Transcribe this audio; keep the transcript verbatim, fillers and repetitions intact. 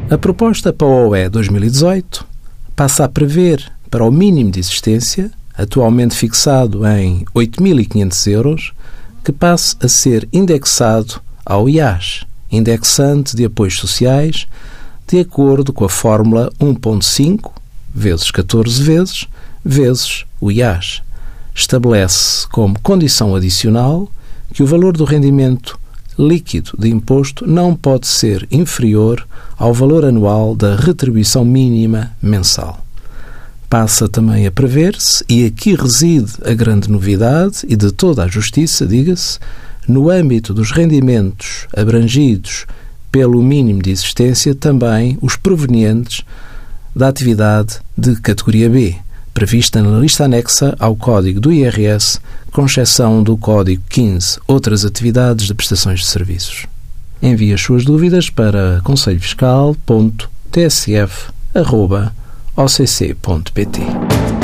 A proposta para o O E dois mil e dezoito passa a prever para o mínimo de existência, atualmente fixado em oito mil e quinhentos euros, que passe a ser indexado ao I A S, indexante de apoios sociais, de acordo com a fórmula um ponto cinco vezes catorze vezes, vezes o I A S. Estabelece como condição adicional que o valor do rendimento líquido de imposto não pode ser inferior ao valor anual da retribuição mínima mensal. Passa também a prever-se, e aqui reside a grande novidade e de toda a justiça, diga-se, no âmbito dos rendimentos abrangidos pelo mínimo de existência, também os provenientes da atividade de categoria B, prevista na lista anexa ao Código do I R S, com exceção do Código quinze, outras atividades de prestações de serviços. Envie as suas dúvidas para conselho fiscal ponto t s f arroba o c c ponto p t.